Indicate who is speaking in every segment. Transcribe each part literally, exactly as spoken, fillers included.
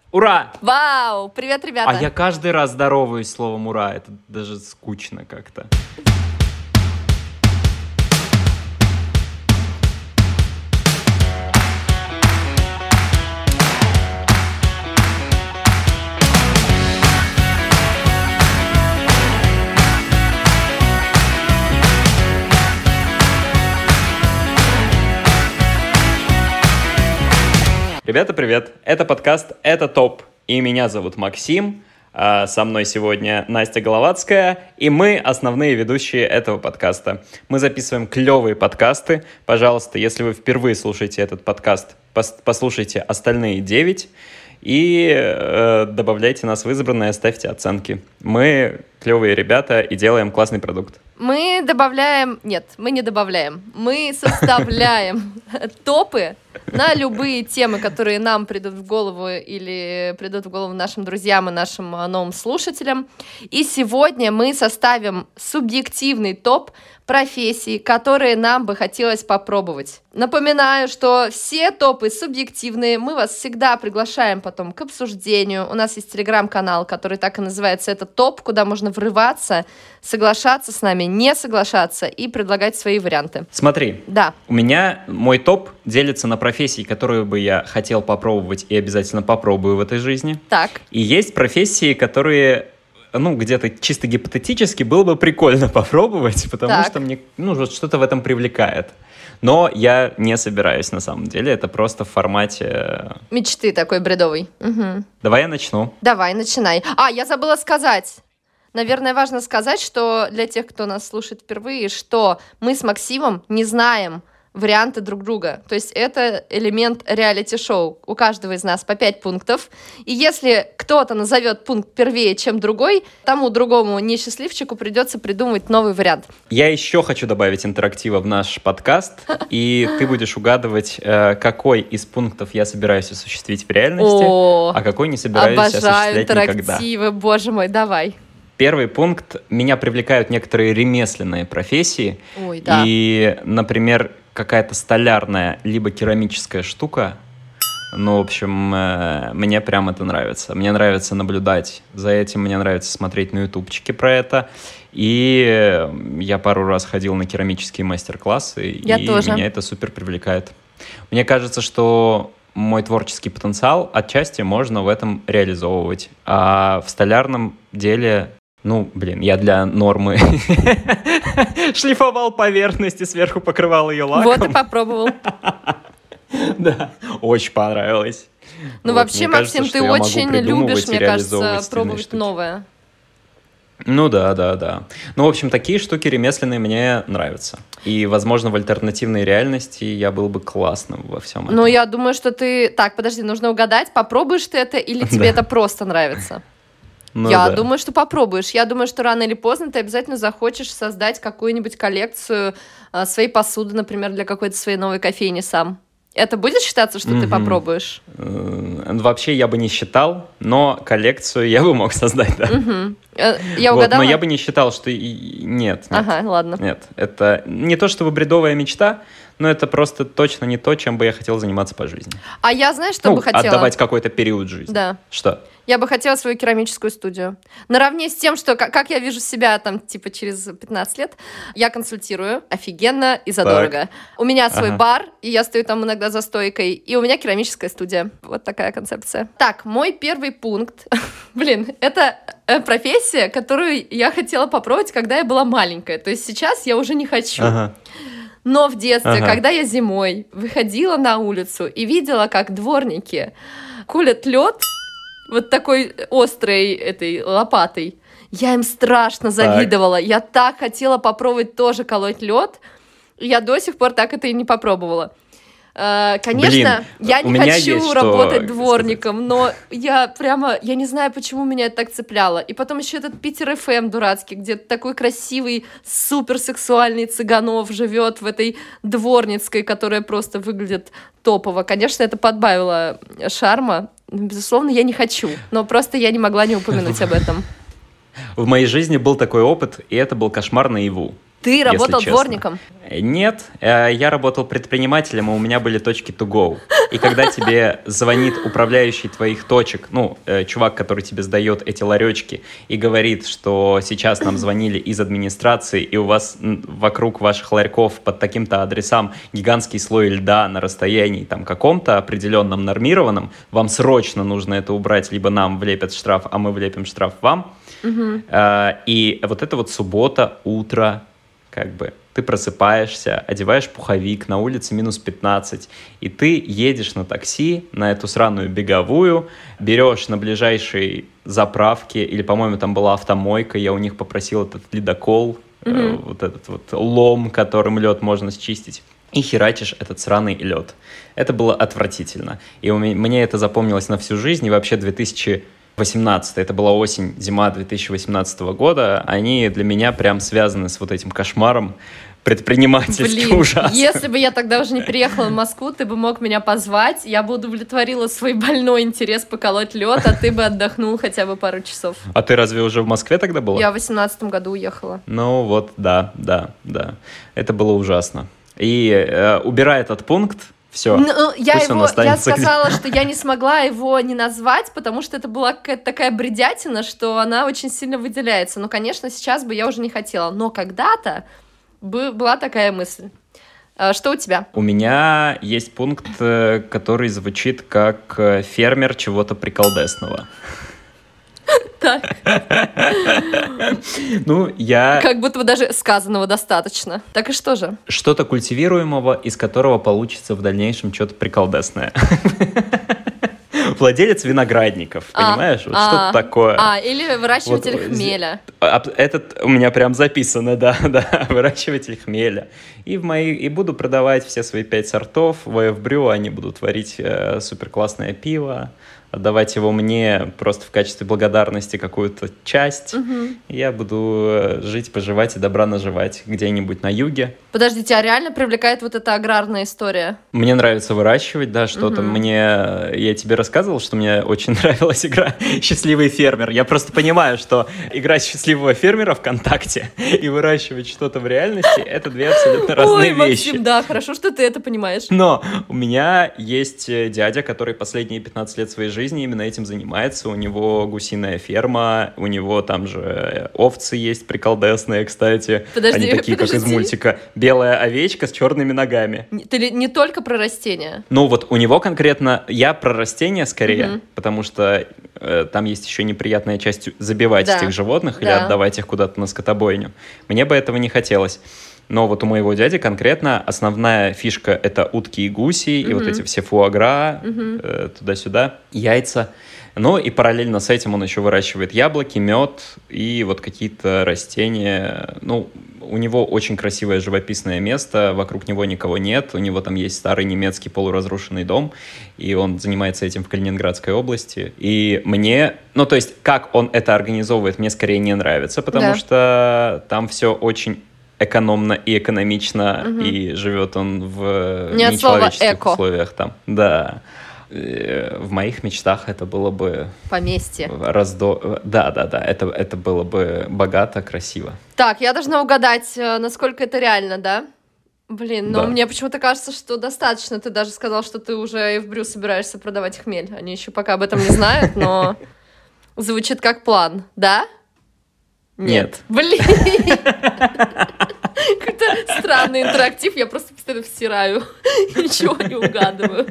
Speaker 1: Ура!
Speaker 2: Вау! Привет, ребята!
Speaker 1: А я каждый раз здороваюсь словом «ура». Это даже скучно как-то. Ребята, привет! Это подкаст «Это топ». И меня зовут Максим. А со мной сегодня Настя Головацкая. И мы основные ведущие этого подкаста. Мы записываем клевые подкасты. Пожалуйста, если вы впервые слушаете этот подкаст, пос- послушайте остальные девять. И э, добавляйте нас в избранное, ставьте оценки. Мы клевые ребята и делаем классный продукт.
Speaker 2: Мы добавляем... Нет, мы не добавляем. Мы составляем топы на любые темы, которые нам придут в голову или придут в голову нашим друзьям и нашим новым слушателям. И сегодня мы составим субъективный топ профессий, которые нам бы хотелось попробовать. Напоминаю, что все топы субъективные. Мы вас всегда приглашаем потом к обсуждению. У нас есть телеграм-канал, который так и называется «Это топ», куда можно врываться, соглашаться с нами, не соглашаться и предлагать свои варианты.
Speaker 1: Смотри,
Speaker 2: да.
Speaker 1: У меня мой топ делится на профессии, которые бы я хотел попробовать и обязательно попробую в этой жизни.
Speaker 2: Так.
Speaker 1: И есть профессии, которые... ну, где-то чисто гипотетически было бы прикольно попробовать, потому
Speaker 2: так.
Speaker 1: что мне, ну, вот что-то в этом привлекает. Но я не собираюсь, на самом деле. Это просто в формате...
Speaker 2: мечты такой бредовый. Угу.
Speaker 1: Давай я начну.
Speaker 2: Давай, начинай. А, я забыла сказать. Наверное, важно сказать, что для тех, кто нас слушает впервые, что мы с Максимом не знаем варианты друг друга. То есть это элемент реалити-шоу. У каждого из нас по пять пунктов. И если кто-то назовет пункт первее, чем другой, тому другому несчастливчику придется придумывать новый вариант.
Speaker 1: Я еще хочу добавить интерактива в наш подкаст, и ты будешь угадывать, какой из пунктов я собираюсь осуществить в реальности,
Speaker 2: О,
Speaker 1: а какой не собираюсь осуществлять никогда.
Speaker 2: Обожаю интерактивы, боже мой, давай.
Speaker 1: Первый пункт. Меня привлекают некоторые ремесленные профессии.
Speaker 2: Ой, да.
Speaker 1: И, например, какая-то столярная либо керамическая штука. Ну, в общем, э, мне прям это нравится. Мне нравится наблюдать за этим, мне нравится смотреть на ютубчике про это. И я пару раз ходил на керамические мастер-классы,
Speaker 2: я
Speaker 1: и
Speaker 2: тоже.
Speaker 1: Меня это супер привлекает. Мне кажется, что мой творческий потенциал отчасти можно в этом реализовывать. А в столярном деле... Ну, блин, я для нормы шлифовал поверхность и сверху покрывал ее лаком.
Speaker 2: Вот и попробовал.
Speaker 1: Да, очень понравилось.
Speaker 2: Ну,
Speaker 1: вот,
Speaker 2: вообще, Максим,
Speaker 1: кажется,
Speaker 2: ты очень любишь, мне кажется, пробовать
Speaker 1: штуки.
Speaker 2: новое.
Speaker 1: Ну да, да, да. Ну, в общем, такие штуки ремесленные мне нравятся. И, возможно, в альтернативной реальности я был бы классным во всем этом.
Speaker 2: Ну, я думаю, что ты... Так, подожди, нужно угадать, попробуешь ты это или тебе это просто нравится?
Speaker 1: Ну,
Speaker 2: я
Speaker 1: да.
Speaker 2: думаю, что попробуешь. Я думаю, что рано или поздно ты обязательно захочешь создать какую-нибудь коллекцию э, своей посуды, например, для какой-то своей новой кофейни сам. Это будет считаться, что mm-hmm. ты попробуешь?
Speaker 1: Вообще я бы не считал, но коллекцию я бы мог создать, да.
Speaker 2: Mm-hmm. Я
Speaker 1: вот,
Speaker 2: угадала?
Speaker 1: Но я бы не считал, что... Нет, нет.
Speaker 2: Ага, ладно.
Speaker 1: Нет, это не то чтобы бредовая мечта, но это просто точно не то, чем бы я хотел заниматься по жизни.
Speaker 2: А я, знаешь, что
Speaker 1: ну,
Speaker 2: бы хотела?
Speaker 1: Отдавать какой-то период жизни.
Speaker 2: Да.
Speaker 1: Что?
Speaker 2: Я бы хотела свою керамическую студию. Наравне с тем, что как, как я вижу себя там, типа, через пятнадцать лет, я консультирую офигенно и задорого. Так. У меня свой ага. бар, и я стою там иногда за стойкой, и у меня керамическая студия. Вот такая концепция. Так, мой первый пункт. Блин, это профессия, которую я хотела попробовать, когда я была маленькая. То есть сейчас я уже не хочу.
Speaker 1: Ага.
Speaker 2: Но в детстве,
Speaker 1: ага.
Speaker 2: когда я зимой выходила на улицу и видела, как дворники кулят лед, вот такой острой этой лопатой, я им страшно завидовала. Так. Я так хотела попробовать тоже колоть лед, и я до сих пор так это и не попробовала. Конечно,
Speaker 1: Блин,
Speaker 2: я не хочу работать дворником, сказать. Но я прямо, я не знаю, почему меня это так цепляло. И потом еще этот Питер эф эм дурацкий, где такой красивый, суперсексуальный Цыганов живет в этой дворницкой, которая просто выглядит топово. Конечно, это подбавило шарма. Безусловно, я не хочу, но просто я не могла не упомянуть об этом.
Speaker 1: В моей жизни был такой опыт, и это был кошмар наяву.
Speaker 2: Ты работал
Speaker 1: честно.
Speaker 2: дворником?
Speaker 1: Нет, я работал предпринимателем, и у меня были точки to go. И когда тебе звонит управляющий твоих точек, ну, чувак, который тебе сдает эти ларечки, и говорит, что сейчас нам звонили из администрации, и у вас вокруг ваших ларьков под таким-то адресам гигантский слой льда на расстоянии там каком-то определенном нормированном, вам срочно нужно это убрать, либо нам влепят штраф, а мы влепим штраф вам.
Speaker 2: Угу.
Speaker 1: И вот это вот суббота, утро, как бы ты просыпаешься, одеваешь пуховик, на улице минус пятнадцать, и ты едешь на такси, на эту сраную беговую, берешь на ближайшей заправке, или, по-моему, там была автомойка, я у них попросил этот ледокол, mm-hmm. э, вот этот вот лом, которым лед можно счистить, и херачишь этот сраный лед. Это было отвратительно. И у меня, мне это запомнилось на всю жизнь, и вообще две тысячи восемнадцатый, это была осень, зима две тысячи восемнадцатого года, они для меня прям связаны с вот этим кошмаром предпринимательским.
Speaker 2: Блин,
Speaker 1: ужасным.
Speaker 2: Если бы я тогда уже не приехала в Москву, ты бы мог меня позвать, я бы удовлетворила свой больной интерес поколоть лед, а ты бы отдохнул хотя бы пару часов.
Speaker 1: А ты разве уже в Москве тогда была?
Speaker 2: Я в восемнадцатом году уехала.
Speaker 1: Ну вот, да, да, да. Это было ужасно. И э, убирая этот пункт, все.
Speaker 2: Ну, я его, я сказала, где... что я не смогла его не назвать, потому что это была какая-то такая бредятина, что она очень сильно выделяется. Ну, конечно, сейчас бы я уже не хотела, но когда-то бы была такая мысль. Что у тебя?
Speaker 1: У меня есть пункт, который звучит как фермер чего-то приколдесного.
Speaker 2: Так.
Speaker 1: Ну, я...
Speaker 2: Как будто бы даже сказанного достаточно. Так и что же?
Speaker 1: Что-то культивируемого, из которого получится в дальнейшем что-то приколдесное. Владелец виноградников, а, понимаешь? Вот а, что-то такое.
Speaker 2: А, или выращиватель вот, хмеля.
Speaker 1: Этот у меня прям записано, да, да, выращиватель хмеля. И, в мои, и буду продавать все свои пять сортов. В эй эф Brew они будут варить э, суперклассное пиво, отдавать его мне просто в качестве благодарности какую-то часть. Угу. Я буду жить, поживать и добра наживать где-нибудь на юге.
Speaker 2: Подожди, тебя реально привлекает вот эта аграрная история?
Speaker 1: Мне нравится выращивать, да, что-то. Угу. Мне... Я тебе рассказывал, что мне очень нравилась игра «Счастливый фермер». Я просто понимаю, что играть счастливого фермера ВКонтакте и выращивать что-то в реальности — это две абсолютно разные
Speaker 2: Ой,
Speaker 1: вещи.
Speaker 2: Максим, да, хорошо, что ты это понимаешь.
Speaker 1: Но у меня есть дядя, который последние пятнадцать лет своей жизни жизни именно этим занимается. У него гусиная ферма, у него там же овцы есть приколдесные, кстати.
Speaker 2: Подожди,
Speaker 1: Они такие,
Speaker 2: подожди.
Speaker 1: как из мультика. Белая овечка с черными ногами.
Speaker 2: Ты не только про растения?
Speaker 1: Ну вот у него конкретно, я про растения скорее, угу. потому что э, там есть еще неприятная часть забивать да. этих животных да. или отдавать их куда-то на скотобойню. Мне бы этого не хотелось. Но вот у моего дяди конкретно основная фишка — это утки и гуси, mm-hmm. и вот эти все фуагра, mm-hmm. э, туда-сюда, яйца. Ну и параллельно с этим он еще выращивает яблоки, мед и вот какие-то растения. Ну, у него очень красивое живописное место, вокруг него никого нет, у него там есть старый немецкий полуразрушенный дом, и он занимается этим в Калининградской области. И мне, ну то есть как он это организовывает, мне скорее не нравится, потому да. что там все очень экономно и экономично, угу. и живет он в
Speaker 2: не
Speaker 1: нечеловеческих условиях там. Да. В моих мечтах это было бы...
Speaker 2: Поместье.
Speaker 1: Раздо... Да, да, да. Это, это было бы богато, красиво.
Speaker 2: Так, я должна угадать, насколько это реально, да? Блин, но
Speaker 1: да.
Speaker 2: мне почему-то кажется, что достаточно. Ты даже сказал, что ты уже и в Брю собираешься продавать хмель. Они еще пока об этом не знают, но звучит как план, да?
Speaker 1: Нет.
Speaker 2: Блин! Какой-то странный интерактив, я просто постоянно всираю, ничего не угадываю.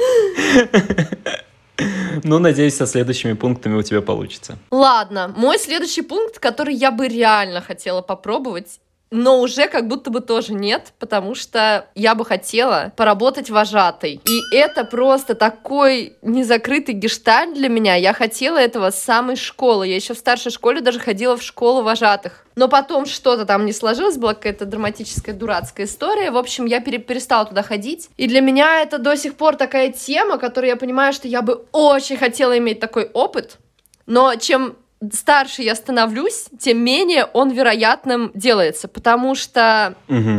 Speaker 1: Ну, надеюсь, со следующими пунктами у тебя получится.
Speaker 2: Ладно, мой следующий пункт, который я бы реально хотела попробовать, но уже как будто бы тоже нет, потому что я бы хотела поработать вожатой. И это просто такой незакрытый гештальт для меня. Я хотела этого с самой школы. Я еще в старшей школе даже ходила в школу вожатых. Но потом что-то там не сложилось, была какая-то драматическая, дурацкая история. В общем, я пере- перестала туда ходить. И для меня это до сих пор такая тема, которую я понимаю, что я бы очень хотела иметь такой опыт. Но чем старше я становлюсь, тем менее он вероятным делается, потому что
Speaker 1: угу.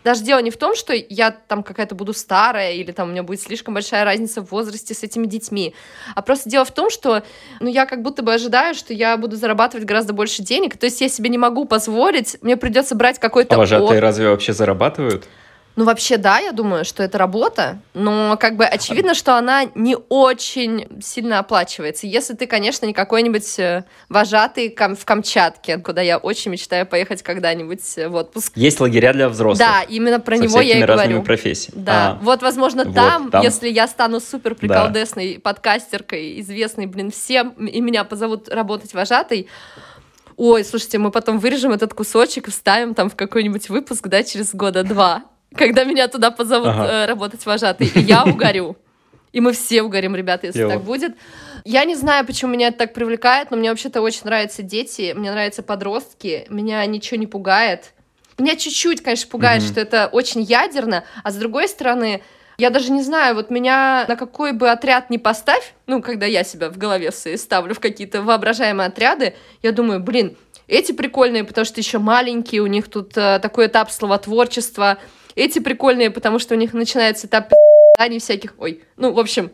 Speaker 2: даже дело не в том, что я там какая-то буду старая, или там у меня будет слишком большая разница в возрасте с этими детьми, а просто дело в том, что, ну, я как будто бы ожидаю, что я буду зарабатывать гораздо больше денег, то есть я себе не могу позволить, мне придется брать какой-то...
Speaker 1: А вожатые
Speaker 2: от...
Speaker 1: разве вообще зарабатывают?
Speaker 2: Ну, вообще, да, я думаю, что это работа, но как бы очевидно, что она не очень сильно оплачивается. Если ты, конечно, не какой-нибудь вожатый в Камчатке, куда я очень мечтаю поехать когда-нибудь в отпуск.
Speaker 1: Есть лагеря для взрослых.
Speaker 2: Да, именно про него я и
Speaker 1: говорю. Со всякими разными
Speaker 2: говорю.
Speaker 1: профессиями.
Speaker 2: Да,
Speaker 1: а,
Speaker 2: вот, возможно,
Speaker 1: вот,
Speaker 2: там,
Speaker 1: там,
Speaker 2: если я стану супер приколдесной
Speaker 1: да.
Speaker 2: подкастеркой, известной, блин, всем, и меня позовут работать вожатой, ой, слушайте, мы потом вырежем этот кусочек и вставим там в какой-нибудь выпуск, да, через года два. Когда меня туда позовут ага. э, работать вожатой, и я угорю. И мы все угорим, ребята, если Дело. так будет. Я не знаю, почему меня это так привлекает, но мне вообще-то очень нравятся дети, мне нравятся подростки, меня ничего не пугает. Меня чуть-чуть, конечно, пугает, mm-hmm. что это очень ядерно, а с другой стороны, я даже не знаю, вот меня на какой бы отряд ни поставь, ну, когда я себя в голове своей ставлю в какие-то воображаемые отряды, я думаю, блин, эти прикольные, потому что еще маленькие, у них тут э, такой этап словотворчества. Эти прикольные, потому что у них начинается этап пи***аний всяких. Ой, ну, в общем,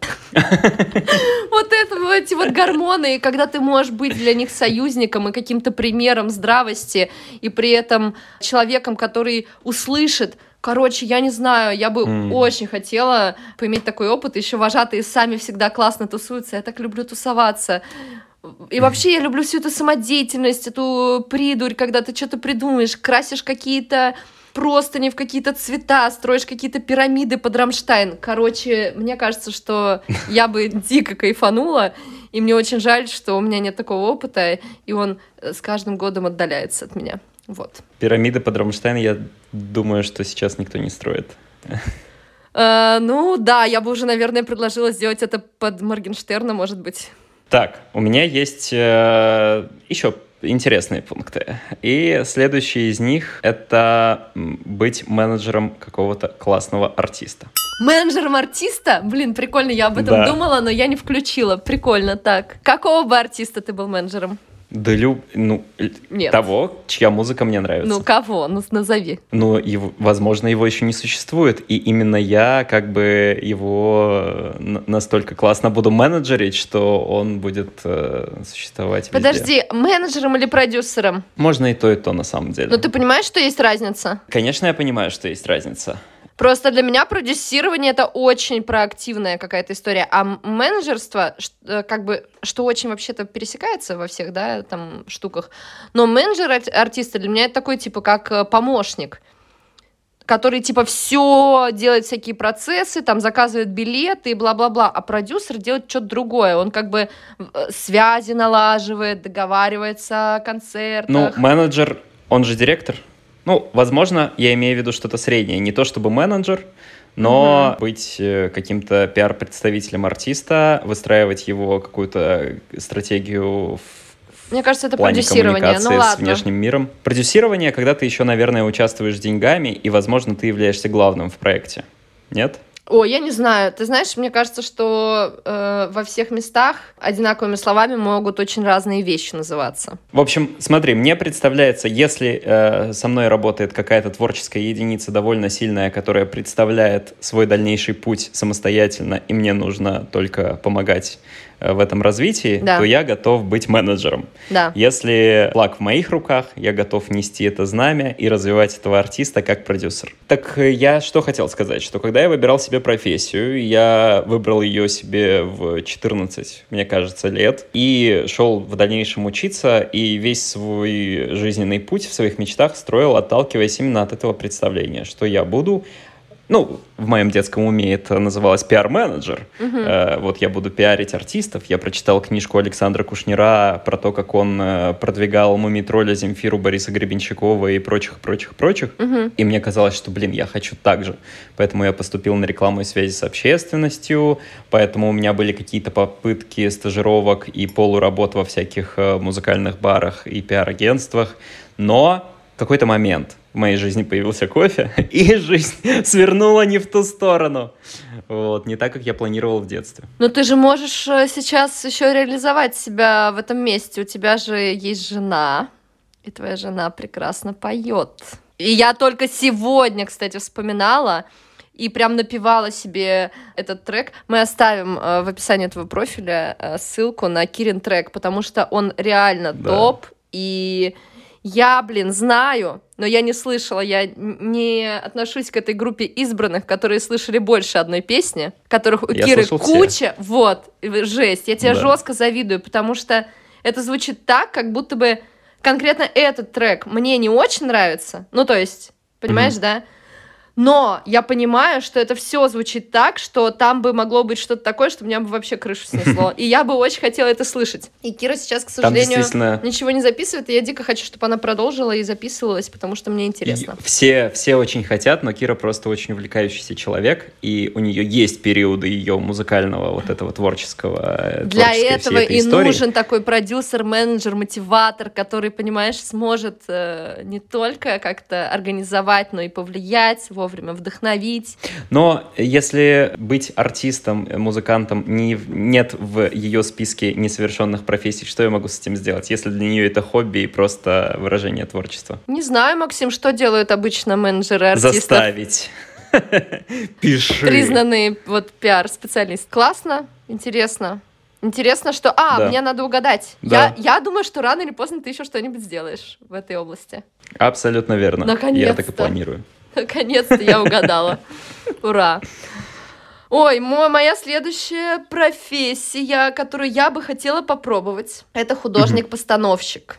Speaker 2: вот это вот эти вот гормоны, и когда ты можешь быть для них союзником и каким-то примером здравости, и при этом человеком, который услышит. Короче, я не знаю, я бы mm. очень хотела поиметь такой опыт. Еще вожатые сами всегда классно тусуются. Я так люблю тусоваться. И вообще я люблю всю эту самодеятельность, эту придурь, когда ты что-то придумаешь, красишь какие-то простыни в какие-то цвета, строишь какие-то пирамиды под Рамштайн. Короче, мне кажется, что я бы дико кайфанула, и мне очень жаль, что у меня нет такого опыта, и он с каждым годом отдаляется от меня. Вот.
Speaker 1: Пирамиды под Рамштайн, я думаю, что сейчас никто не строит.
Speaker 2: Uh, ну да, я бы уже, наверное, предложила сделать это под Моргенштерна, может быть.
Speaker 1: Так, у меня есть э, еще интересные пункты. И следующий из них — это быть менеджером какого-то классного артиста.
Speaker 2: Менеджером артиста? Блин, прикольно, я об этом да. думала, но я не включила. Прикольно, так. Какого бы артиста ты был менеджером?
Speaker 1: Да люб... ну,
Speaker 2: Нет.
Speaker 1: того, чья музыка мне нравится.
Speaker 2: Ну, кого? Ну, назови.
Speaker 1: Ну, его, возможно, его еще не существует, и именно я как бы его настолько классно буду менеджерить, что он будет э, существовать везде.
Speaker 2: Подожди, менеджером или продюсером?
Speaker 1: Можно и то, и то, на самом деле.
Speaker 2: Но ты понимаешь, что есть разница?
Speaker 1: Конечно, я понимаю, что есть разница.
Speaker 2: Просто для меня продюсирование — это очень проактивная какая-то история, а менеджерство, как бы, что очень вообще-то пересекается во всех, да, там, штуках, но менеджер артиста для меня это такой, типа, как помощник, который, типа, все делает, всякие процессы, там, заказывает билеты и бла-бла-бла, а продюсер делает что-то другое, он как бы связи налаживает, договаривается о концертах.
Speaker 1: Ну, менеджер, он же директор. Ну, возможно, я имею в виду что-то среднее. Не то чтобы менеджер, но uh-huh. быть каким-то пиар-представителем артиста, выстраивать его какую-то стратегию в
Speaker 2: Мне кажется, это
Speaker 1: плане
Speaker 2: продюсирование.
Speaker 1: коммуникации
Speaker 2: Ну,
Speaker 1: с
Speaker 2: ладно.
Speaker 1: внешним миром. Продюсирование, когда ты еще, наверное, участвуешь деньгами, и, возможно, ты являешься главным в проекте. Нет?
Speaker 2: О, я не знаю. Ты знаешь, мне кажется, что э, во всех местах одинаковыми словами могут очень разные вещи называться.
Speaker 1: В общем, смотри, мне представляется, если э, со мной работает какая-то творческая единица довольно сильная, которая представляет свой дальнейший путь самостоятельно, и мне нужно только помогать в этом развитии, да. то я готов быть менеджером.
Speaker 2: Да.
Speaker 1: Если флаг в моих руках, я готов нести это знамя и развивать этого артиста как продюсер. Так я что хотел сказать, что когда я выбирал себе профессию, я выбрал ее себе в четырнадцать, мне кажется, лет, и шел в дальнейшем учиться, и весь свой жизненный путь в своих мечтах строил, отталкиваясь именно от этого представления, что я буду... Ну, в моем детском уме это называлось пиар-менеджер. Uh-huh. Э, вот я буду пиарить артистов. Я прочитал книжку Александра Кушнира про то, как он э, продвигал Мумий-тролля, Земфиру, Бориса Гребенщикова и прочих-прочих-прочих. Uh-huh. И мне казалось, что, блин, я хочу так же. Поэтому я поступил на рекламу и связи с общественностью. Поэтому у меня были какие-то попытки стажировок и полуработ во всяких э, музыкальных барах и пиар-агентствах. Но в какой-то момент в моей жизни появился кофе, и жизнь свернула не в ту сторону. Вот, не так, как я планировал в детстве.
Speaker 2: Но ты же можешь сейчас еще реализовать себя в этом месте. У тебя же есть жена, и твоя жена прекрасно поет. И я только сегодня, кстати, вспоминала и прям напевала себе этот трек. Мы оставим э, в описании этого профиля э, ссылку на Кирин трек, потому что он реально да. топ. И я, блин, знаю, но я не слышала, я не отношусь к этой группе избранных, которые слышали больше одной песни, которых у я Киры куча. Все. Вот, жесть, я тебе да. жестко завидую, потому что это звучит так, как будто бы конкретно этот трек мне не очень нравится. Ну, то есть, понимаешь, mm-hmm. да? Но я понимаю, что это все звучит так, что там бы могло быть что-то такое, что меня бы вообще крышу снесло. И я бы очень хотела это слышать. И Кира сейчас, к сожалению, действительно... ничего не записывает, и я дико хочу, чтобы она продолжила и записывалась, потому что мне интересно.
Speaker 1: Все, все очень хотят, но Кира просто очень увлекающийся человек, и у нее есть периоды ее музыкального вот этого творческого
Speaker 2: Для этого и истории. Нужен такой продюсер, менеджер, мотиватор, который, понимаешь, сможет э, не только как-то организовать, но и повлиять, вовремя вдохновить.
Speaker 1: Но если быть артистом, музыкантом не, нет в ее списке несовершенных профессий, что я могу с этим сделать, если для нее это хобби и просто выражение творчества?
Speaker 2: Не знаю, Максим, что делают обычно менеджеры артистов?
Speaker 1: Заставить. Пиши.
Speaker 2: Признанный вот пиар-специалист. Классно, интересно. Интересно, что... А, да. мне надо угадать. Да. Я, я думаю, что рано или поздно ты еще что-нибудь сделаешь в этой области.
Speaker 1: Абсолютно верно.
Speaker 2: Наконец-то.
Speaker 1: Я так и планирую.
Speaker 2: Наконец-то я угадала. Ура! Ой, мой, моя следующая профессия, которую я бы хотела попробовать, это художник-постановщик.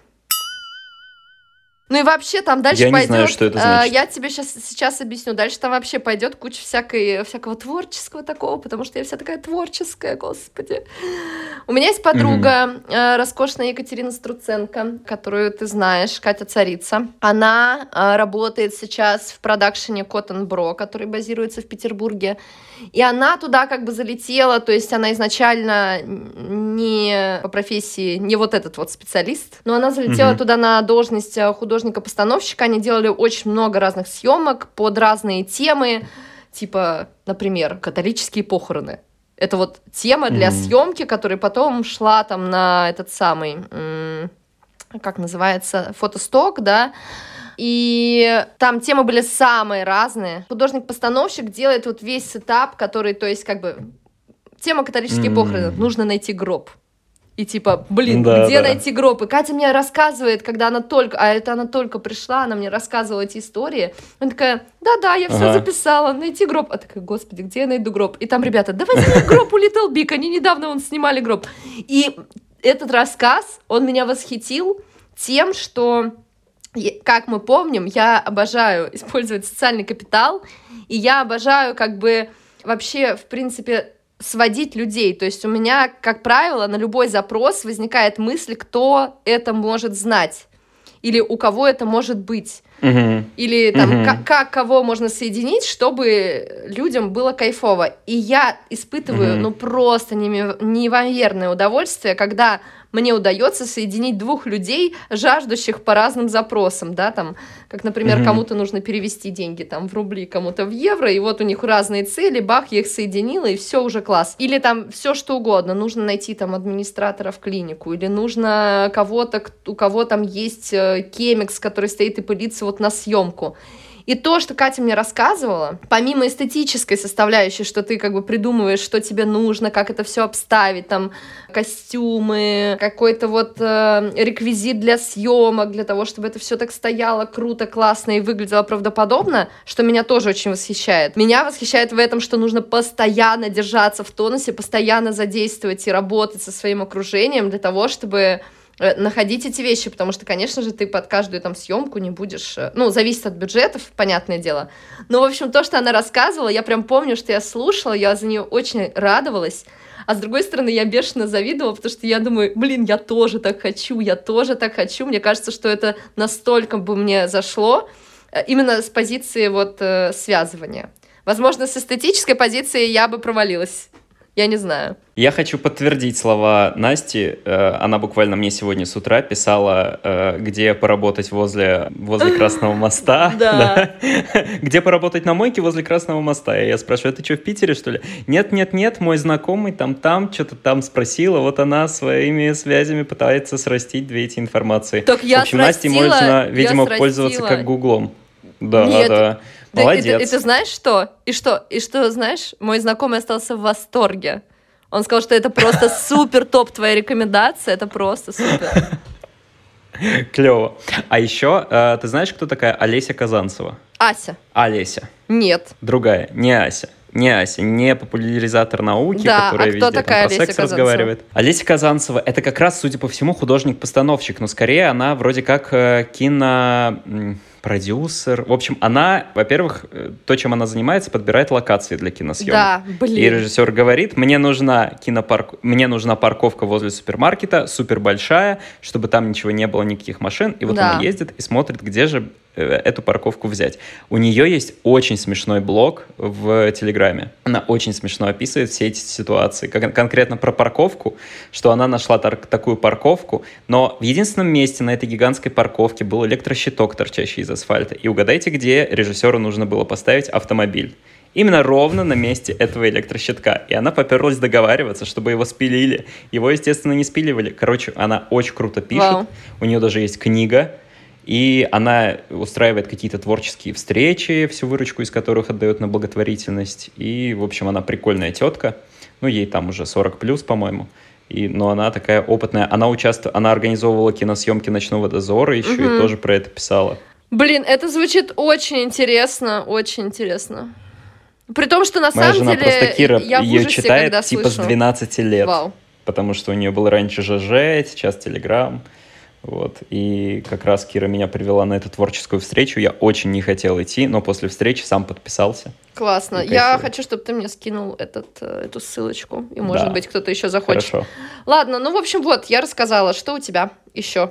Speaker 2: Ну и вообще там дальше
Speaker 1: я
Speaker 2: пойдет...
Speaker 1: Я не знаю, что это значит.
Speaker 2: Э, я тебе сейчас, сейчас объясню. Дальше там вообще пойдет куча всякой, всякого творческого такого, потому что я вся такая творческая, господи. У меня есть подруга, mm-hmm. э, роскошная Екатерина Струценко, которую ты знаешь, Катя Царица. Она э, работает сейчас в продакшене Cotton Bro, который базируется в Петербурге. И она туда как бы залетела, то есть она изначально не по профессии, не вот этот вот специалист, но она залетела mm-hmm. туда на должность художника-постановщика. Они делали очень много разных съемок под разные темы, типа, например, католические похороны. Это вот тема для mm-hmm. съемки, которая потом шла там на этот самый, м- как называется, фотосток, да. И там темы были самые разные. Художник-постановщик делает вот весь сетап, который, то есть, как бы, тема католические mm-hmm. похороны, нужно найти гроб. И типа, блин, да, где да. найти гроб? И Катя мне рассказывает, когда она только, а это она только пришла, она мне рассказывала эти истории. Она такая, да-да, я все ага. записала, найти гроб. А такая, господи, где я найду гроб? И там ребята, да возьми гроб у Little Big, они недавно вон снимали гроб. И этот рассказ, он меня восхитил тем, что... Как мы помним, я обожаю использовать социальный капитал, и я обожаю как бы вообще, в принципе, сводить людей. То есть у меня, как правило, на любой запрос возникает мысль, кто это может знать, или у кого это может быть, uh-huh. или там, uh-huh. как, как кого можно соединить, чтобы людям было кайфово. И я испытываю, uh-huh. ну, просто неимоверное удовольствие, когда мне удается соединить двух людей, жаждущих по разным запросам, да, там, как, например, mm-hmm. кому-то нужно перевести деньги там в рубли, кому-то в евро, и вот у них разные цели, бах, я их соединила, и все уже класс. Или там все что угодно, нужно найти там администратора в клинику, или нужно кого-то, у кого там есть кемикс, который стоит и пылится вот на съемку. И то, что Катя мне рассказывала, помимо эстетической составляющей, что ты как бы придумываешь, что тебе нужно, как это все обставить, там, костюмы, какой-то вот э, реквизит для съемок, для того, чтобы это все так стояло круто, классно и выглядело правдоподобно, что меня тоже очень восхищает. Меня восхищает в этом, что нужно постоянно держаться в тонусе, постоянно задействовать и работать со своим окружением для того, чтобы... находить эти вещи, потому что, конечно же, ты под каждую там съемку не будешь... Ну, зависит от бюджетов, понятное дело. Но, в общем, то, что она рассказывала, я прям помню, что я слушала, я за нее очень радовалась. А с другой стороны, я бешено завидовала, потому что я думаю, блин, я тоже так хочу, я тоже так хочу. Мне кажется, что это настолько бы мне зашло именно с позиции вот связывания. Возможно, с эстетической позиции я бы провалилась. Я не знаю.
Speaker 1: Я хочу подтвердить слова Насти. Она буквально мне сегодня с утра писала, где поработать возле, возле Красного моста.
Speaker 2: Да.
Speaker 1: Где поработать на мойке возле Красного моста. И я спрашиваю, ты что, в Питере, что ли? Нет, нет, нет, мой знакомый там-там что-то там спросила. Вот она своими связями пытается срастить две эти информации.
Speaker 2: Так я
Speaker 1: В общем, Насте можно, видимо, пользоваться как Гуглом. Да,
Speaker 2: Нет,
Speaker 1: да.
Speaker 2: Да,
Speaker 1: Молодец.
Speaker 2: И, и, и ты знаешь что? И что? И что, знаешь, мой знакомый остался в восторге. Он сказал, что это просто супер топ твоя рекомендация, это просто супер.
Speaker 1: Клево. А еще, э, ты знаешь, кто такая Олеся Казанцева?
Speaker 2: Ася.
Speaker 1: Олеся.
Speaker 2: Нет.
Speaker 1: Другая, не Ася. Не Ася, не популяризатор науки,
Speaker 2: Да,
Speaker 1: которая
Speaker 2: а кто
Speaker 1: везде
Speaker 2: такая
Speaker 1: там, про
Speaker 2: Олеся
Speaker 1: секс
Speaker 2: Казанцева?
Speaker 1: разговаривает. Олеся Казанцева — это как раз, судя по всему, художник-постановщик, но скорее она вроде как э, кинопродюсер. В общем, она, во-первых, э, то, чем она занимается, подбирает локации для киносъемок.
Speaker 2: Да, блин.
Speaker 1: И режиссер говорит: мне нужна кинопарк... мне нужна парковка возле супермаркета, супер большая, чтобы там ничего не было, никаких машин. И вот
Speaker 2: Да.
Speaker 1: она ездит и смотрит, где же эту парковку взять. У нее есть очень смешной блог в Телеграме. Она очень смешно описывает все эти ситуации. Кон- конкретно про парковку, что она нашла тар- такую парковку, но в единственном месте на этой гигантской парковке был электрощиток, торчащий из асфальта. И угадайте, где режиссеру нужно было поставить автомобиль. Именно ровно на месте этого электрощитка. И она поперлась договариваться, чтобы его спилили. Его, естественно, не спиливали. Короче, она очень круто пишет.
Speaker 2: Вау.
Speaker 1: У нее даже есть книга. И она устраивает какие-то творческие встречи, всю выручку из которых отдает на благотворительность. И, в общем, она прикольная тетка. Ну, ей там уже сорок плюс, по-моему. И, но она такая опытная. Она участвовала, она организовывала киносъемки «Ночного дозора» еще
Speaker 2: Мгм.
Speaker 1: и тоже про это писала.
Speaker 2: Блин, это звучит очень интересно, очень интересно. При том, что на
Speaker 1: Моя
Speaker 2: самом
Speaker 1: жена
Speaker 2: деле
Speaker 1: просто, Кира,
Speaker 2: я в
Speaker 1: ее
Speaker 2: ужасе,
Speaker 1: читает
Speaker 2: когда
Speaker 1: типа
Speaker 2: слышу.
Speaker 1: с двенадцати лет.
Speaker 2: Вау.
Speaker 1: Потому что у нее был раньше ЖЖ, сейчас Телеграм. Вот. И как раз Кира меня привела на эту творческую встречу. Я очень не хотел идти, но после встречи сам подписался.
Speaker 2: Классно.
Speaker 1: И
Speaker 2: Я
Speaker 1: кайфую.
Speaker 2: хочу, чтобы ты мне скинул этот, э, эту ссылочку. И, может
Speaker 1: Да.
Speaker 2: быть, кто-то еще захочет.
Speaker 1: Хорошо.
Speaker 2: Ладно, ну, в общем, вот, я рассказала. Что у тебя еще?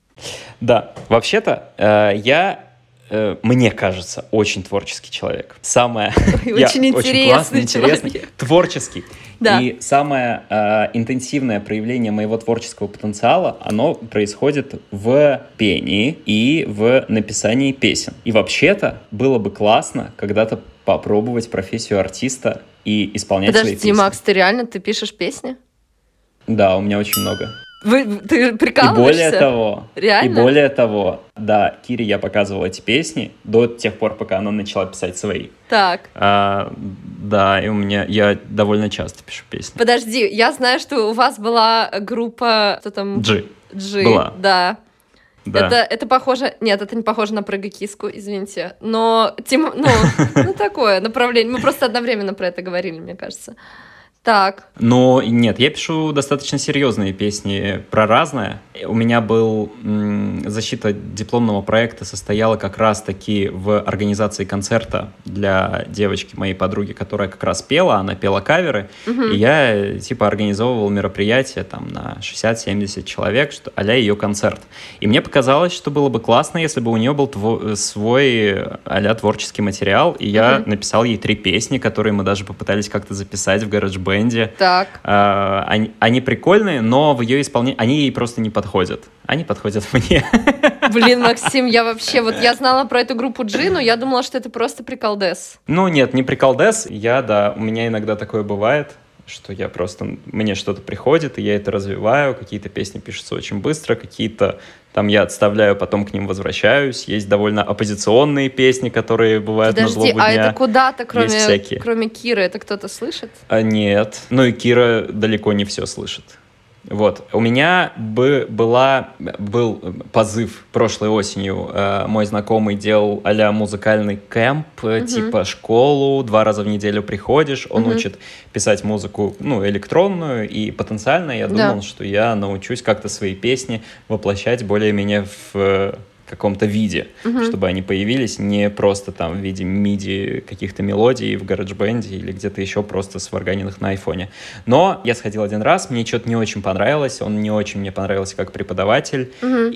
Speaker 1: Да, вообще-то э, я, э, мне кажется, очень творческий человек. Самое... я
Speaker 2: Очень интересный
Speaker 1: классный, интересный,
Speaker 2: человек.
Speaker 1: творческий.
Speaker 2: Да.
Speaker 1: И самое э, интенсивное проявление моего творческого потенциала, оно происходит в пении и в написании песен. И вообще-то было бы классно когда-то попробовать профессию артиста и исполнять свои
Speaker 2: Подожди,
Speaker 1: песни.
Speaker 2: Макс, ты реально, ты пишешь песни?
Speaker 1: Да, у меня очень много.
Speaker 2: Вы, ты
Speaker 1: И
Speaker 2: прикалываешься?
Speaker 1: более того,
Speaker 2: Реально?
Speaker 1: и более того, да, Кире я показывал эти песни до тех пор, пока она начала писать свои.
Speaker 2: Так.
Speaker 1: А, да, и у меня, я довольно часто пишу песни.
Speaker 2: Подожди, я знаю, что у вас была группа... Кто там?
Speaker 1: Джи.
Speaker 2: Джи.
Speaker 1: Была.
Speaker 2: Да.
Speaker 1: Да.
Speaker 2: Это, это похоже... Нет, это не похоже на прыгай-киску, извините. Но, тем, ну, ну, такое направление. Мы просто одновременно про это говорили, мне кажется. Так.
Speaker 1: Но нет, я пишу достаточно серьезные песни про разное. У меня был м, защита дипломного проекта состояла как раз-таки в организации концерта для девочки, моей подруги, которая как раз пела, она пела каверы,
Speaker 2: Мгм.
Speaker 1: и я типа организовывал мероприятие там на шестьдесят-семьдесят человек, что а-ля ее концерт. И мне показалось, что было бы классно, если бы у нее был тво- свой а-ля творческий материал, и я
Speaker 2: Мгм.
Speaker 1: написал ей три песни, которые мы даже попытались как-то записать в GarageBand.
Speaker 2: Так.
Speaker 1: А, они, они прикольные, но в ее исполнении они ей просто не подходят. Они подходят мне.
Speaker 2: Блин, Максим, я вообще... Вот я знала про эту группу Джи, но я думала, что это просто приколдес.
Speaker 1: Ну нет, не приколдес. Я, да, у меня иногда такое бывает, что я просто... Мне что-то приходит, и я это развиваю. Какие-то песни пишутся очень быстро, какие-то там я отставляю, потом к ним возвращаюсь. Есть довольно оппозиционные песни, которые бывают на
Speaker 2: Подожди,
Speaker 1: злобу
Speaker 2: а
Speaker 1: дня.
Speaker 2: это куда-то, кроме,
Speaker 1: всякие.
Speaker 2: кроме Киры, это кто-то слышит?
Speaker 1: А, нет. Ну и Кира далеко не все слышит. Вот. У меня бы была, был позыв прошлой осенью. Э, мой знакомый делал а-ля музыкальный кэмп, э,
Speaker 2: Мгм.
Speaker 1: типа школу, два раза в неделю приходишь, он
Speaker 2: Мгм.
Speaker 1: учит писать музыку, ну, электронную, и потенциально я
Speaker 2: Да.
Speaker 1: думал, что я научусь как-то свои песни воплощать более-менее в э, каком-то виде,
Speaker 2: Мгм.
Speaker 1: чтобы они появились не просто там в виде миди каких-то мелодий в GarageBand или где-то еще просто сварганенных на айфоне. Но я сходил один раз, мне что-то не очень понравилось, он не очень мне понравился как преподаватель.
Speaker 2: Мгм.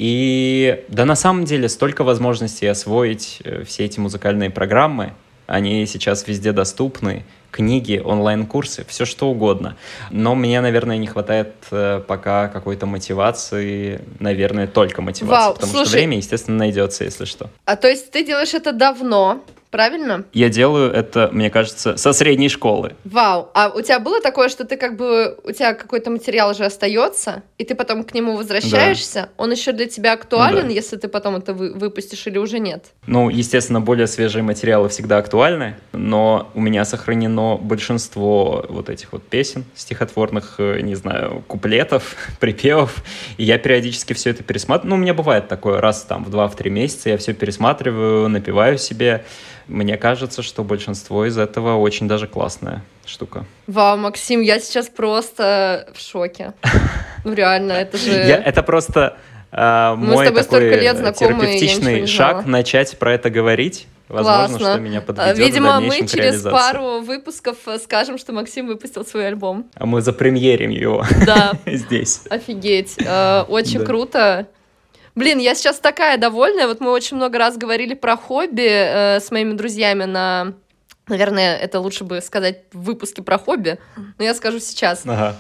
Speaker 1: И да, на самом деле столько возможностей освоить э, все эти музыкальные программы, они сейчас везде доступны, книги, онлайн-курсы, все что угодно. Но мне, наверное, не хватает э, пока какой-то мотивации, наверное, только мотивации,
Speaker 2: Вау,
Speaker 1: потому
Speaker 2: слушай.
Speaker 1: что время, естественно, найдется, если что.
Speaker 2: А то есть ты делаешь это давно, правильно?
Speaker 1: Я делаю это, мне кажется, со средней школы.
Speaker 2: Вау, а у тебя было такое, что ты как бы, у тебя какой-то материал уже остается, и ты потом к нему возвращаешься, да. Он еще для тебя актуален, ну, да. Если ты потом это вы, выпустишь или уже нет?
Speaker 1: Ну, естественно, более свежие материалы всегда актуальны, но у меня сохранено большинство вот этих вот песен, стихотворных, не знаю, куплетов, припевов, и я периодически все это пересматриваю. Ну, у меня бывает такое, раз там в два-три месяца я все пересматриваю, напеваю себе. Мне кажется, что большинство из этого очень даже классная штука.
Speaker 2: Вау, Максим, я сейчас просто в шоке. Ну реально, это же...
Speaker 1: Я, это просто э, мой такой лет знакомые, терапевтичный шаг начать про это говорить. Возможно,
Speaker 2: классно.
Speaker 1: Что меня подведет
Speaker 2: Видимо,
Speaker 1: в дальнейшем
Speaker 2: мы через пару выпусков скажем, что Максим выпустил свой альбом.
Speaker 1: А мы запремьерим его
Speaker 2: да.
Speaker 1: здесь.
Speaker 2: Офигеть, очень да. круто. Блин, я сейчас такая довольная. Вот мы очень много раз говорили про хобби э, с моими друзьями на... Наверное, это лучше бы сказать в выпуске про хобби, но я скажу сейчас.
Speaker 1: Ага.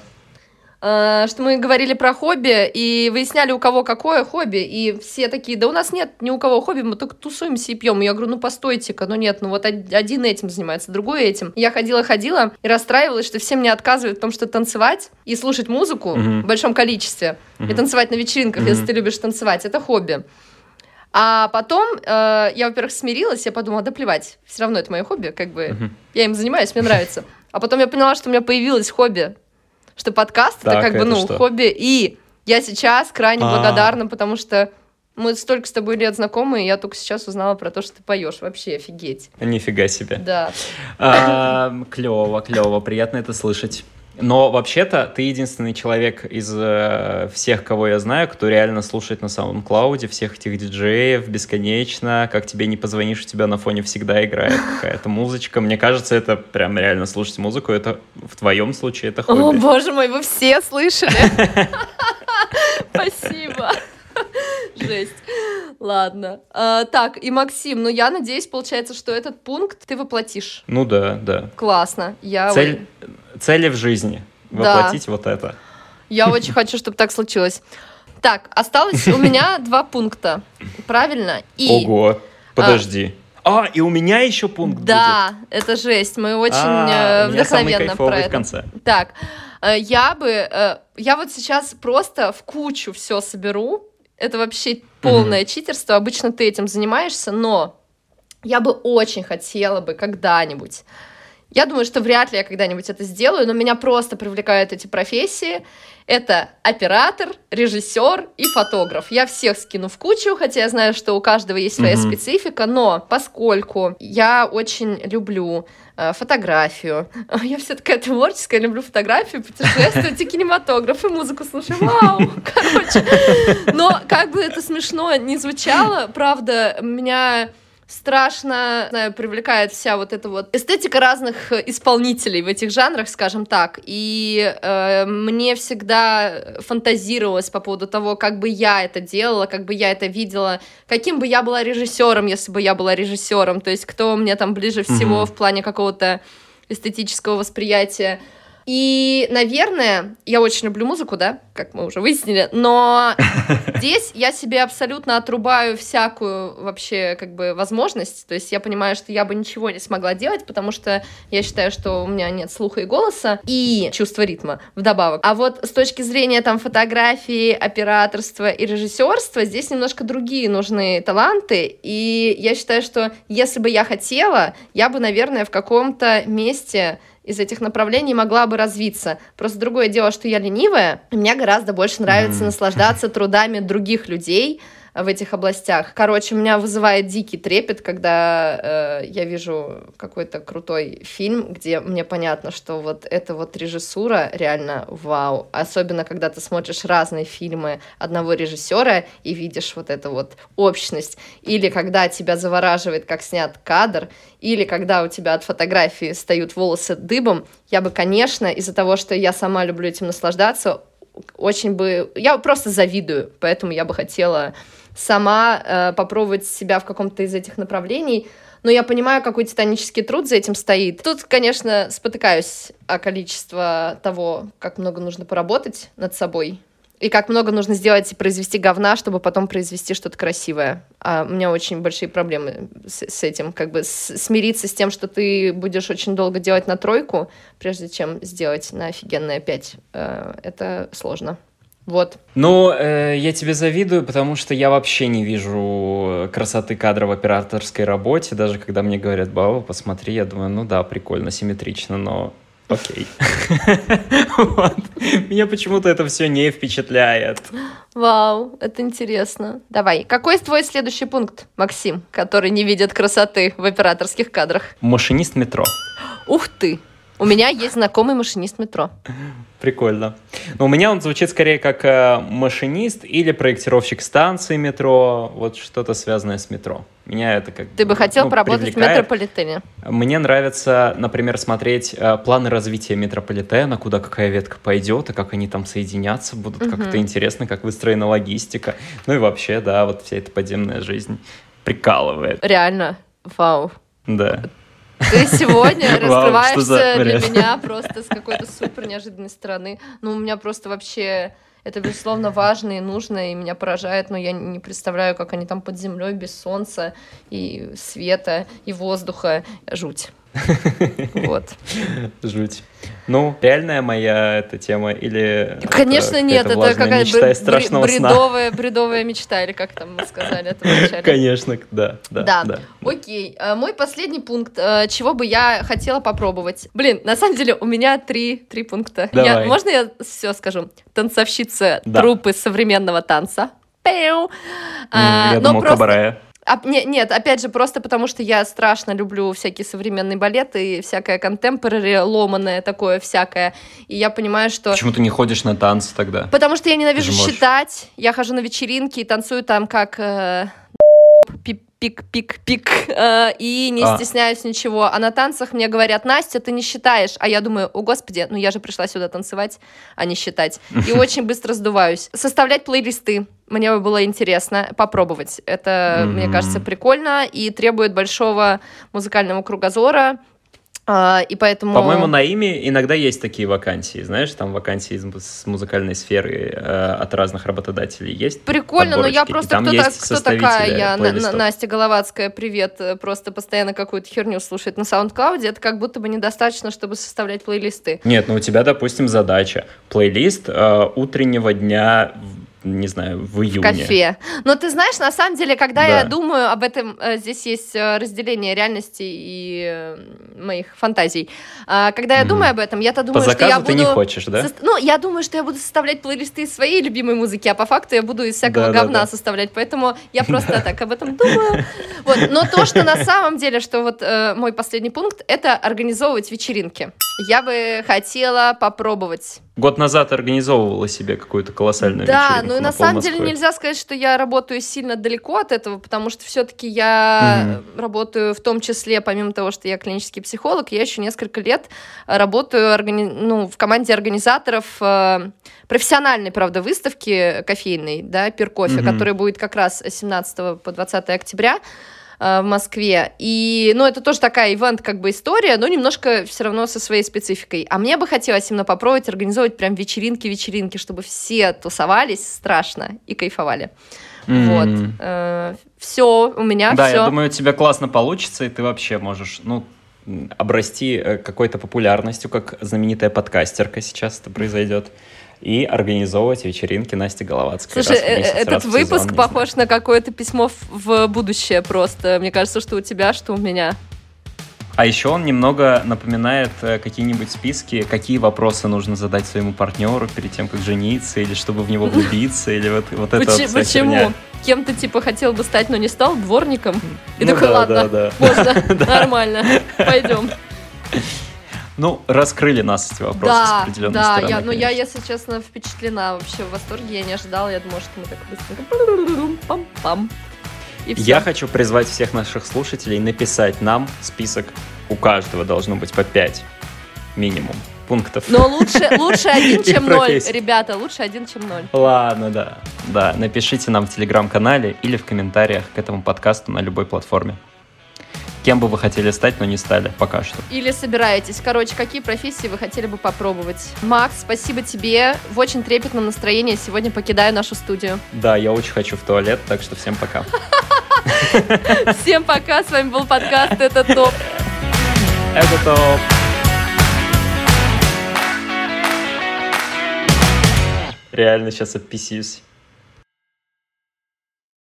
Speaker 2: Э, что мы говорили про хобби и выясняли, у кого какое хобби, и все такие, да у нас нет ни у кого хобби, мы только тусуемся и пьем. И я говорю, ну постойте-ка, ну нет, ну вот один этим занимается, другой этим. Я ходила-ходила и расстраивалась, что все мне отказывают в том, что танцевать и слушать музыку mm-hmm. в большом количестве, mm-hmm. и танцевать на вечеринках, mm-hmm. если ты любишь танцевать, это хобби. А потом э, я, во-первых, смирилась, я подумала, да плевать, все равно это мое хобби, как бы mm-hmm. я им занимаюсь, мне нравится. А потом я поняла, что у меня появилось хобби, что подкаст так, это как бы, ну, что? Хобби, и я сейчас крайне А-а-а. благодарна, потому что мы столько с тобой лет знакомы, и я только сейчас узнала про то, что ты поешь, вообще офигеть.
Speaker 1: Нифига себе.
Speaker 2: Да.
Speaker 1: А, клево, клево, приятно это слышать. Но вообще-то ты единственный человек из э, всех, кого я знаю, кто реально слушает на SoundCloud, всех этих диджеев бесконечно. Как тебе не позвонишь, у тебя на фоне всегда играет какая-то музычка. Мне кажется, это прям реально слушать музыку. Это в твоем случае это хобби.
Speaker 2: О, боже мой, вы все слышали? Спасибо. Жесть. Ладно. А, так, и Максим, ну я надеюсь, получается, что этот пункт ты воплотишь.
Speaker 1: Ну да, да.
Speaker 2: Классно. Я
Speaker 1: Цель, цели в жизни. Воплотить да. вот это.
Speaker 2: Я очень хочу, чтобы так случилось. Так, осталось у меня два пункта. Правильно? И...
Speaker 1: Ого, подожди. А, и у меня еще пункт
Speaker 2: да, будет. Да, это жесть. Мы очень а, вдохновенно про это.
Speaker 1: В конце.
Speaker 2: Так, я бы... Я вот сейчас просто в кучу все соберу. Это вообще полное mm-hmm. читерство. Обычно ты этим занимаешься, но я бы очень хотела бы когда-нибудь. Я думаю, что вряд ли я когда-нибудь это сделаю, но меня просто привлекают эти профессии. Это оператор, режиссер и фотограф. Я всех скину в кучу, хотя я знаю, что у каждого есть своя mm-hmm. специфика, но поскольку я очень люблю э, фотографию, я вся такая творческая, люблю фотографию, путешествовать и кинематограф, и музыку слушаю, вау, короче. Но как бы это смешно не звучало, правда, меня... страшно, знаю, привлекает вся вот эта вот эстетика разных исполнителей в этих жанрах, скажем так, и э, мне всегда фантазировалось по поводу того, как бы я это делала, как бы я это видела, каким бы я была режиссером, если бы я была режиссером, то есть кто мне там ближе всего mm-hmm. в плане какого-то эстетического восприятия. И, наверное, я очень люблю музыку, да, как мы уже выяснили, но здесь я себе абсолютно отрубаю всякую вообще как бы возможность, то есть я понимаю, что я бы ничего не смогла делать, потому что я считаю, что у меня нет слуха и голоса, и чувства ритма вдобавок. А вот с точки зрения там фотографии, операторства и режиссерства, здесь немножко другие нужны таланты, и я считаю, что если бы я хотела, я бы, наверное, в каком-то месте... из этих направлений могла бы развиться. Просто другое дело, что я ленивая, и мне гораздо больше нравится mm. наслаждаться трудами других людей в этих областях. Короче, меня вызывает дикий трепет, когда э, я вижу какой-то крутой фильм, где мне понятно, что вот эта вот режиссура реально вау. Особенно, когда ты смотришь разные фильмы одного режиссера и видишь вот эту вот общность. Или когда тебя завораживает, как снят кадр, или когда у тебя от фотографии встают волосы дыбом. Я бы, конечно, из-за того, что я сама люблю этим наслаждаться, очень бы... Я просто завидую, поэтому я бы хотела сама э, попробовать себя в каком-то из этих направлений, но я понимаю, какой титанический труд за этим стоит. Тут, конечно, спотыкаюсь о количестве того, как много нужно поработать над собой, И как много нужно сделать и произвести говна, чтобы потом произвести что-то красивое. А у меня очень большие проблемы с, с этим. Как бы с, смириться с тем, что ты будешь очень долго делать на тройку, прежде чем сделать на офигенное пять. Э, это сложно. Вот.
Speaker 1: Ну, э, я тебе завидую, потому что я вообще не вижу красоты кадра в операторской работе. Даже когда мне говорят, Баба, посмотри, я думаю, ну да, прикольно, симметрично, но... Окей. Вот. Меня почему-то это все не впечатляет.
Speaker 2: Вау, это интересно. Давай, какой твой следующий пункт, Максим, который не видит красоты в операторских кадрах?
Speaker 1: Машинист метро.
Speaker 2: Ух ты! У меня есть знакомый машинист метро.
Speaker 1: Прикольно. Но у меня он звучит скорее как э, машинист или проектировщик станции метро, вот что-то связанное с метро. Меня это как
Speaker 2: Ты бы хотел
Speaker 1: ну,
Speaker 2: поработать
Speaker 1: привлекает.
Speaker 2: в метрополитене?
Speaker 1: Мне нравится, например, смотреть э, планы развития метрополитена, куда какая ветка пойдет, и как они там соединятся будут, угу. Как это интересно, как выстроена логистика. Ну и вообще, да, вот вся эта подземная жизнь прикалывает.
Speaker 2: Реально? Вау.
Speaker 1: Да.
Speaker 2: Ты сегодня раскрываешься
Speaker 1: Вау,
Speaker 2: для меня просто с какой-то супер неожиданной стороны. Ну, у меня просто вообще это, безусловно, важно и нужно, и меня поражает, но я не представляю, как они там под землей без солнца и света, и воздуха. Жуть. Вот.
Speaker 1: Жуть. Ну, реальная моя эта тема или...
Speaker 2: Конечно, это нет, это какая-то
Speaker 1: бр-
Speaker 2: бредовая, бредовая мечта, или как там мы сказали это вначале.
Speaker 1: Конечно, да, да,
Speaker 2: да.
Speaker 1: да.
Speaker 2: Окей, мой последний пункт, чего бы я хотела попробовать. Блин, на самом деле у меня три, три пункта. Я, можно я все скажу? Танцовщица да. труппы современного танца. Пэу.
Speaker 1: Я
Speaker 2: а,
Speaker 1: думал,
Speaker 2: просто...
Speaker 1: кабаре.
Speaker 2: А, не, нет, опять же, просто потому что я страшно люблю всякие современные балеты и всякое контемпорари, ломаное такое всякое. И я понимаю, что...
Speaker 1: Почему ты не ходишь на танцы тогда?
Speaker 2: Потому что я ненавижу считать. Я хожу на вечеринки и танцую там как... Э... пик-пик-пик, э, и не а. стесняюсь ничего. А на танцах мне говорят, Настя, ты не считаешь. А я думаю, о господи, ну я же пришла сюда танцевать, а не считать. И очень быстро сдуваюсь. Составлять плейлисты. Мне бы было интересно попробовать. Это, mm-hmm. мне кажется, прикольно и требует большого музыкального кругозора. Uh, и поэтому...
Speaker 1: По-моему, на ИМИ иногда есть такие вакансии, знаешь, там вакансии с музыкальной сферы э, от разных работодателей есть.
Speaker 2: Прикольно, но я просто кто, та, кто такая, я на, Настя Головацкая, привет, просто постоянно какую-то херню слушает на SoundCloud, это как будто бы недостаточно, чтобы составлять плейлисты.
Speaker 1: Нет, ну у тебя, допустим, задача, плейлист э, утреннего дня... не знаю, в июне.
Speaker 2: В кафе. Но ты знаешь, на самом деле, когда да. я думаю об этом, здесь есть разделение реальности и моих фантазий. Когда я mm. думаю об этом, я-то думаю,
Speaker 1: по
Speaker 2: что я буду...
Speaker 1: ты не хочешь, да?
Speaker 2: Со... Ну, я думаю, что я буду составлять плейлисты из своей любимой музыки, а по факту я буду из всякого да, говна да, да. составлять, поэтому я просто так об этом думаю. Вот. Но то, что на самом деле, что вот э, мой последний пункт, это организовывать вечеринки. Я бы хотела попробовать.
Speaker 1: Год назад организовывала себе какую-то колоссальную
Speaker 2: да,
Speaker 1: вечеринку.
Speaker 2: Да, ну и на, на самом деле нельзя сказать, что я работаю сильно далеко от этого, потому что все-таки я угу. работаю в том числе, помимо того, что я клинический психолог, я еще несколько лет работаю органи... ну, в команде организаторов э, профессиональной, правда, выставки кофейной, да, Пир Кофе, угу. которая будет как раз с семнадцатого по двадцатое октября в Москве. И, ну, это тоже такая ивент, как бы, история, но немножко все равно со своей спецификой. А мне бы хотелось именно попробовать организовать прям вечеринки-вечеринки, чтобы все тусовались страшно и кайфовали. Mm-hmm. Вот. Э, все, у меня
Speaker 1: да,
Speaker 2: все.
Speaker 1: Да, я думаю, у тебя классно получится, и ты вообще можешь, ну, обрасти какой-то популярностью, как знаменитая подкастерка сейчас это произойдет. И организовывать вечеринки Насти Головацкой.
Speaker 2: Слушай, месяц, этот выпуск сезон, похож на какое-то письмо в будущее просто. Мне кажется, что у тебя, что у меня.
Speaker 1: А еще он немного напоминает какие-нибудь списки, какие вопросы нужно задать своему партнеру перед тем, как жениться, или чтобы в него влюбиться, или вот, вот это вот вся
Speaker 2: Почему?
Speaker 1: херня.
Speaker 2: Кем ты, типа, хотел бы стать, но не стал? Дворником? И
Speaker 1: ну
Speaker 2: такой,
Speaker 1: да,
Speaker 2: ладно,
Speaker 1: да, да.
Speaker 2: можно, нормально, пойдем.
Speaker 1: Ну, раскрыли нас эти вопросы
Speaker 2: да,
Speaker 1: с определенной
Speaker 2: да,
Speaker 1: стороны.
Speaker 2: Да, ну я, если честно, впечатлена вообще в восторге, я не ожидала, я думала, что мы так быстренько пам-пам. И все.
Speaker 1: Я хочу призвать всех наших слушателей написать нам список, у каждого должно быть по пять минимум пунктов.
Speaker 2: Но лучше, лучше один, чем ноль, ребята, лучше один, чем ноль.
Speaker 1: Ладно, да, да, напишите нам в телеграм-канале или в комментариях к этому подкасту на любой платформе. Кем бы вы хотели стать, но не стали пока что?
Speaker 2: Или собираетесь. Короче, какие профессии вы хотели бы попробовать? Макс, спасибо тебе. В очень трепетном настроении сегодня покидаю нашу студию.
Speaker 1: Да, я очень хочу в туалет, так что всем пока.
Speaker 2: Всем пока, с вами был подкаст «Это топ».
Speaker 1: Это топ. Реально сейчас описюсь.